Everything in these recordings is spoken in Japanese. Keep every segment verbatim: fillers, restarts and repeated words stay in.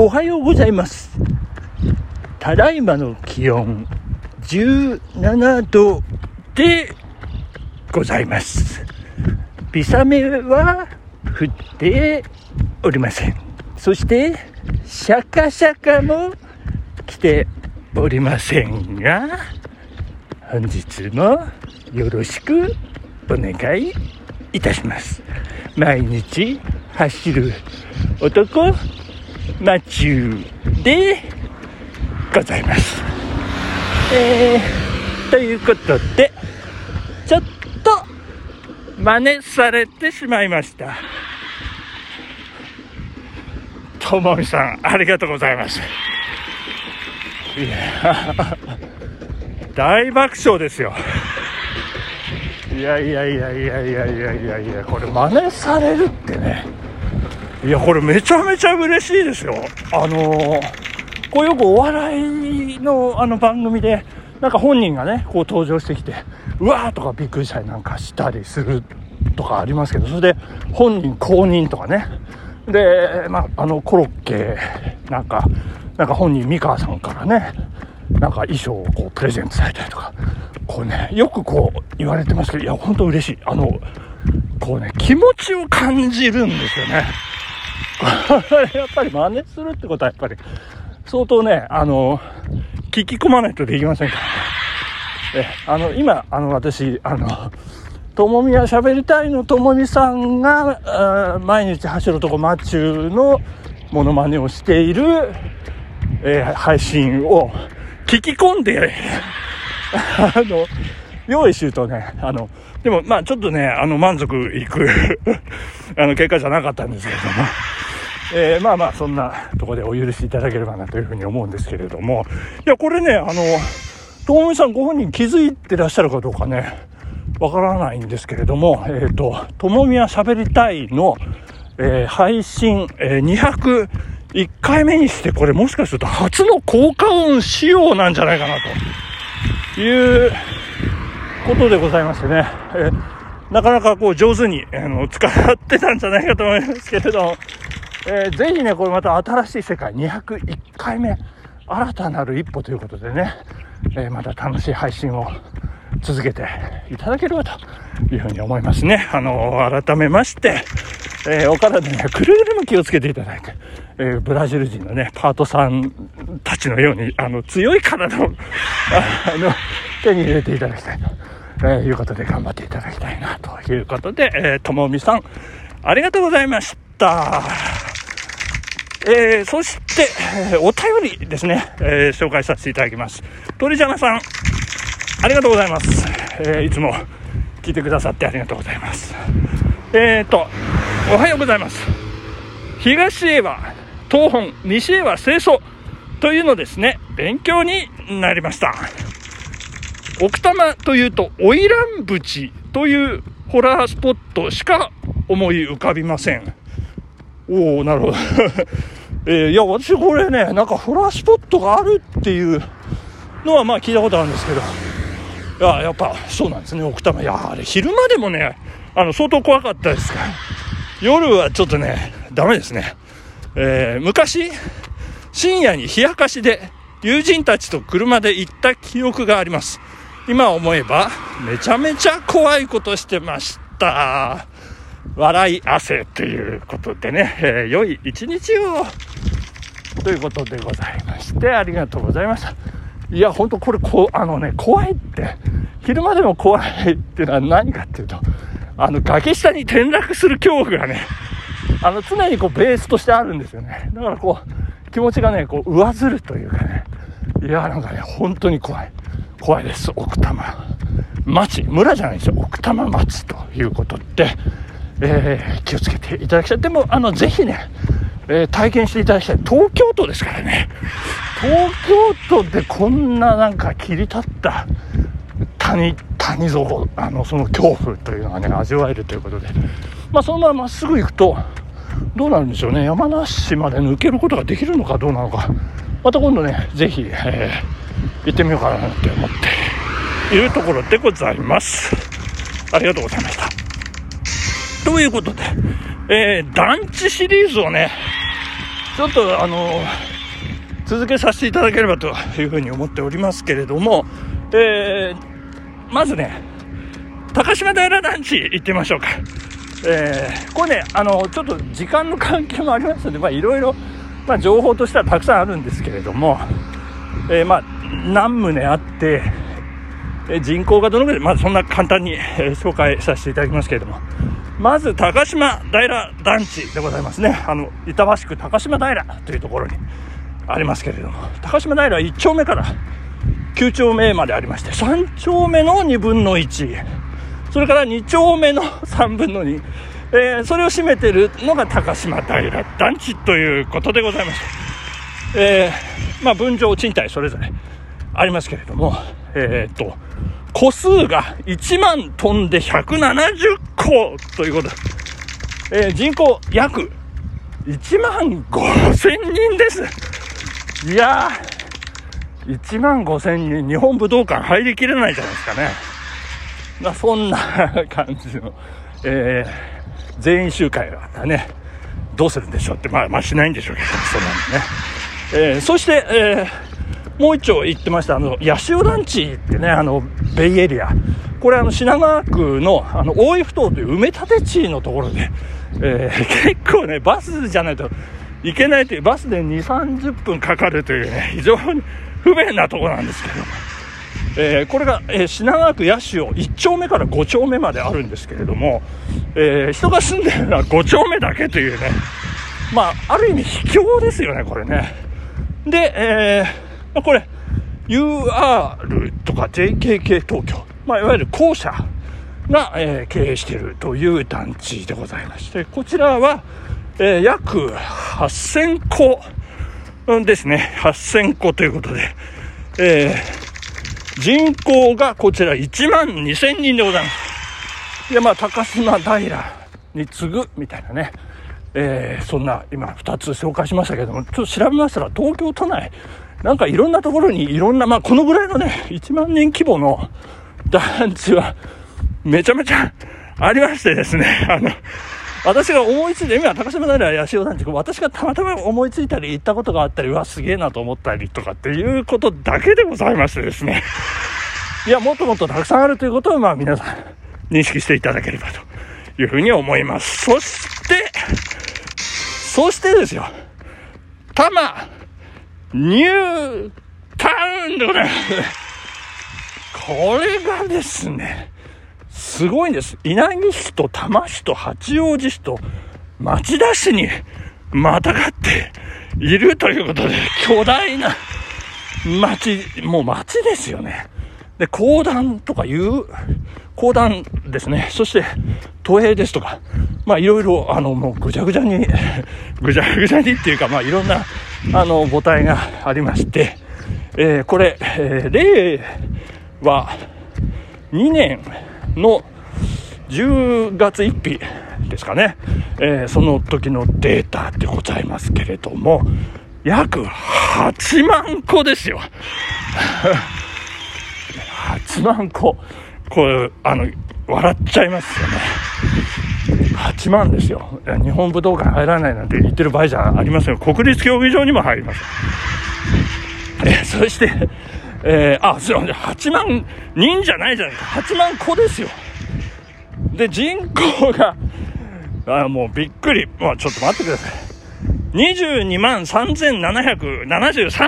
おはようございます。ただいまの気温じゅうななどでございます。微雨は降っておりません。そしてシャカシャカも来ておりませんが、本日もよろしくお願いいたします。毎日走る男マチューでございます。えー、ということでちょっと真似されてしまいました。ともみさん、ありがとうございます。いや大爆笑ですよ。いやいやいやいやいやいやいやいや、これ真似されるってね、いやこれめちゃめちゃ嬉しいですよ。あのー、こうよくお笑いのあの番組でなんか本人がねこう登場してきてうわーとかびっくりしたりなんかしたりするとかありますけど、それで本人公認とかね、で、まあ、あのコロッケなんかなんか本人三川さんからねなんか衣装をこうプレゼントされたりとか、こうねよくこう言われてますけど、いや本当嬉しい。あのこうね気持ちを感じるんですよね。これやっぱり真似するってことはやっぱり相当ねあの聞き込まないとできませんからね。えあの今あの私あのともみは喋りたいのともみさんが毎日走るとこマチューのモノマネをしている、えー、配信を聞き込んであの用意周到ね、あのでもまあちょっとねあの満足いくあの結果じゃなかったんですけれども、えー、まあまあそんなところでお許しいただければなというふうに思うんですけれども、いやこれねあのともみさんご本人気づいてらっしゃるかどうかねわからないんですけれども、えっとともみは喋りたいの、えー、配信、えー、にひゃくいっかいめにして、これもしかすると初の効果音仕様なんじゃないかなということでございましてね、えー、なかなかこう上手に、あの使ってたんじゃないかと思いますけれど、えー、ぜひねこれまた新しい世界にひゃくいっかいめ新たなる一歩ということでね、えー、また楽しい配信を続けていただければというふうに思いますね。あの改めまして、えー、お体にはくれぐれも気をつけていただいて、えー、ブラジル人のねパートさんたちのようにあの強い体をあの手に入れていただきたいと、えー、いうことで頑張っていただきたいなということで、えー、ともみさんありがとうございました。えー、そして、えー、お便りですね、えー、紹介させていただきます。鳥ジャナさんありがとうございます。えー、いつも聞いてくださってありがとうございます。えーとおはようございます。東へは東本、西へは西蘇というのですね、勉強になりました。奥多摩というと花魁淵というホラースポットしか思い浮かびません。おお、なるほど、えー、いや私これねなんかホラースポットがあるっていうのはまあ聞いたことあるんですけど、いややっぱそうなんですね。奥多摩、いやあれ昼間でもねあの相当怖かったですから、夜はちょっとねダメですね。えー、昔深夜に冷やかしで友人たちと車で行った記憶があります。今思えばめちゃめちゃ怖いことしてました。笑い汗ということでね、えー、良い一日をということでございましてありがとうございました。いや本当これこあのね怖いって昼間でも怖いっていうのは何かっていうと、あの崖下に転落する恐怖がねあの常にこうベースとしてあるんですよね。だからこう気持ちがねこう上ずるというかね、いやなんかね本当に怖い怖いです。奥多摩町、村じゃないですよ、奥多摩町ということで、えー、気をつけていただきたい。でもあのぜひね、えー、体験していただきたい。東京都ですからね、東京都でこんななんか切り立った谷谷底、あのその恐怖というのがね味わえるということで、まあそのまままっすぐ行くとどうなるんでしょうね。山梨まで抜けることができるのかどうなのか、また今度ねぜひ、えー、行ってみようかなって思っているところでございます。ありがとうございました。ということで、えー、団地シリーズをねちょっとあの続けさせていただければというふうに思っておりますけれども、えー、まずね高島平団地行ってみましょうか。えー、これねあのちょっと時間の関係もありますので、まあいろいろまあ情報としてはたくさんあるんですけれども、えー、まあ何棟あって、えー、人口がどのぐらい、まあそんな簡単に、えー、紹介させていただきますけれども、まず高島平団地でございますね。あの板橋区高島平というところにありますけれども、高島平はいっ丁目からきゅう丁目までありまして、さん丁目のにぶんのいち、それからに丁目のさんぶんのに、えー、それを占めているのが高島平団地ということでございます。えー、まあ分譲賃貸それぞれありますけれども、えー、っと戸数がいちまん飛んでひゃくななじゅっこということ、えー、人口約いちまんごせんにんです。いやーいちまんごせんにん、日本武道館入りきれないじゃないですかね。まあ、そんな感じの、えー、全員集会があったらねどうするんでしょうって、まあまあしないんでしょうけど、そんなのね、えー、そして、えー、もう一丁言ってましたあの八潮団地ってね、あのベイエリア、これあの品川区のあの大井ふ頭という埋め立て地のところで、えー、結構ねバスじゃないといけないという、バスでにじゅうさんじゅっぷんかかるというね非常に不便なところなんですけども、えー、これが、えー、品川区八潮いっ丁目からご丁目まであるんですけれども、えー、人が住んでるのはご丁目だけというね、まあある意味秘境ですよねこれね。で、えー、これ ユーアール とか ジェイケーケー 東京、まあ、いわゆる公社が、えー、経営しているという団地でございまして、こちらは、えー、約はっせんこですね。はっせんこということで、えー人口がこちらいちまんにせんにんでございます。いやまあ高島平に次ぐみたいなね、えー、そんな今ふたつ紹介しましたけども、ちょっと調べましたら東京都内なんかいろんなところにいろんな、まあこのぐらいのねいちまんにん規模の団地はめちゃめちゃありましてですね、あの私が思いついて、今高島平八潮団地、私がたまたま思いついたり行ったことがあったり、うわすげえなと思ったりとかっていうことだけでございましてですね、いやもっともっとたくさんあるということをまあ皆さん認識していただければというふうに思います。そしてそしてですよ、多摩ニュータウンでございます。これがですねすごいんです。稲城市と多摩市と八王子市と町田市にまたがっているということで、巨大な町、もう町ですよね。で公団とかいう公団ですね、そして都営ですとか、まあいろいろあのもうぐちゃぐちゃにぐちゃぐちゃにっていうか、まあいろんなあの母体がありまして、えー、これ、えー、令和にねんのじゅうがつついたちですかね、えー、その時のデータでございますけれども、約はちまんこですよ。はちまんこ、これあの笑っちゃいますよね。はちまんですよ。日本武道館入らないなんて言ってる場合じゃありませんよ。国立競技場にも入ります。えー、そして、えー、あ、すいません、はちまんにんじゃないじゃないか、はちまんこですよ。で人口があもうびっくり、まあ、ちょっと待ってください。にじゅうにまんさんぜんななひゃくななじゅうさん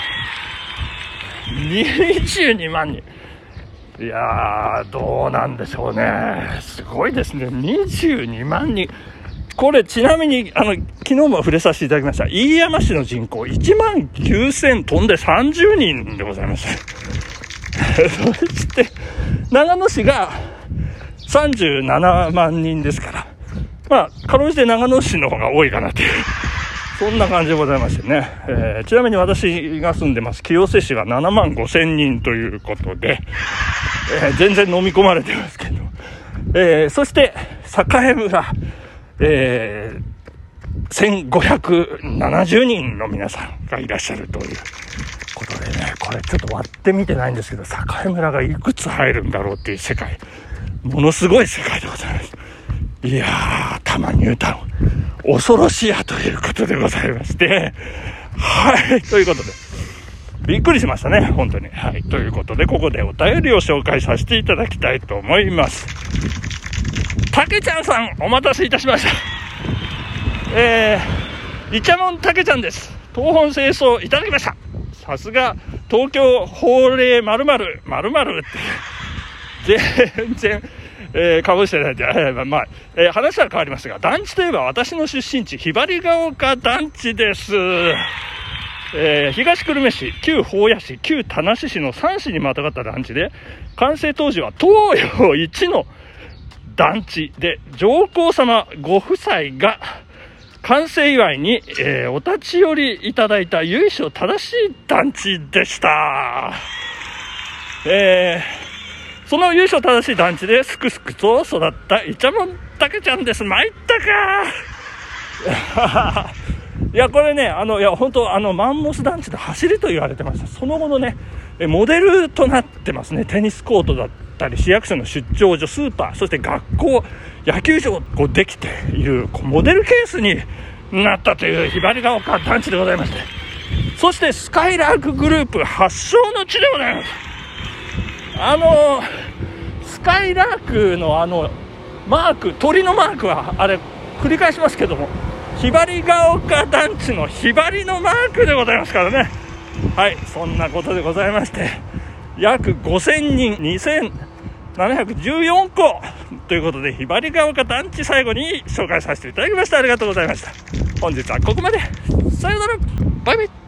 にん、にじゅうにまんにん、いやーどうなんでしょうね。すごいですね、にじゅうにまんにん。これちなみにあの昨日も触れさせていただきました飯山市の人口いちまんきゅうせん飛んでさんじゅうにんでございます。そして長野市がさんじゅうななまんにんですから、まあかろうじて長野市の方が多いかなというそんな感じでございましてね、えー、ちなみに私が住んでます清瀬市はななまんごせんにんということで、えー、全然飲み込まれてますけど、えー、そして栄村、えー、せんごひゃくななじゅうにんの皆さんがいらっしゃるということでね、これちょっと割ってみてないんですけど、栄村がいくつ入るんだろうっていう世界、ものすごい世界でございます。いやー、多摩ニュータウン恐ろしやということでございまして、はい、ということで、びっくりしましたね、本当に。はい、ということで、ここでお便りを紹介させていただきたいと思います。たけちゃんさん、お待たせいたしました。えー、いちゃもんたけちゃんです。東本清掃いただきました。さすが、東京法令〇〇、〇〇って、全然、えー、かぶしてないんで、えーまあえー、話は変わりますが、団地といえば私の出身地、ひばりが丘団地です。えー、東久留米市、旧保谷市、旧田無市のさん市にまたがった団地で、完成当時は東洋一の団地で、上皇様ご夫妻が完成祝いに、えー、お立ち寄りいただいた由緒正しい団地でした。えーその由緒正しい団地ですくすくと育ったいちゃもんたけちゃんです。参ったかいやこれね、あのいや本当あのマンモス団地の走りと言われてました。その後のねモデルとなってますね。テニスコートだったり市役所の出張所、スーパー、そして学校、野球場こうできているモデルケースになったというひばりが丘団地でございまして、そしてスカイラークグループ発祥の地でございます。あのスカイラークのあのマーク、鳥のマークはあれ繰り返しますけども、ひばりが丘団地のひばりのマークでございますからね。はい、そんなことでございまして、約ごせんにん、にせんななひゃくじゅうよんこということで、ひばりが丘団地最後に紹介させていただきました。ありがとうございました。本日はここまで。さようなら、バイバイ。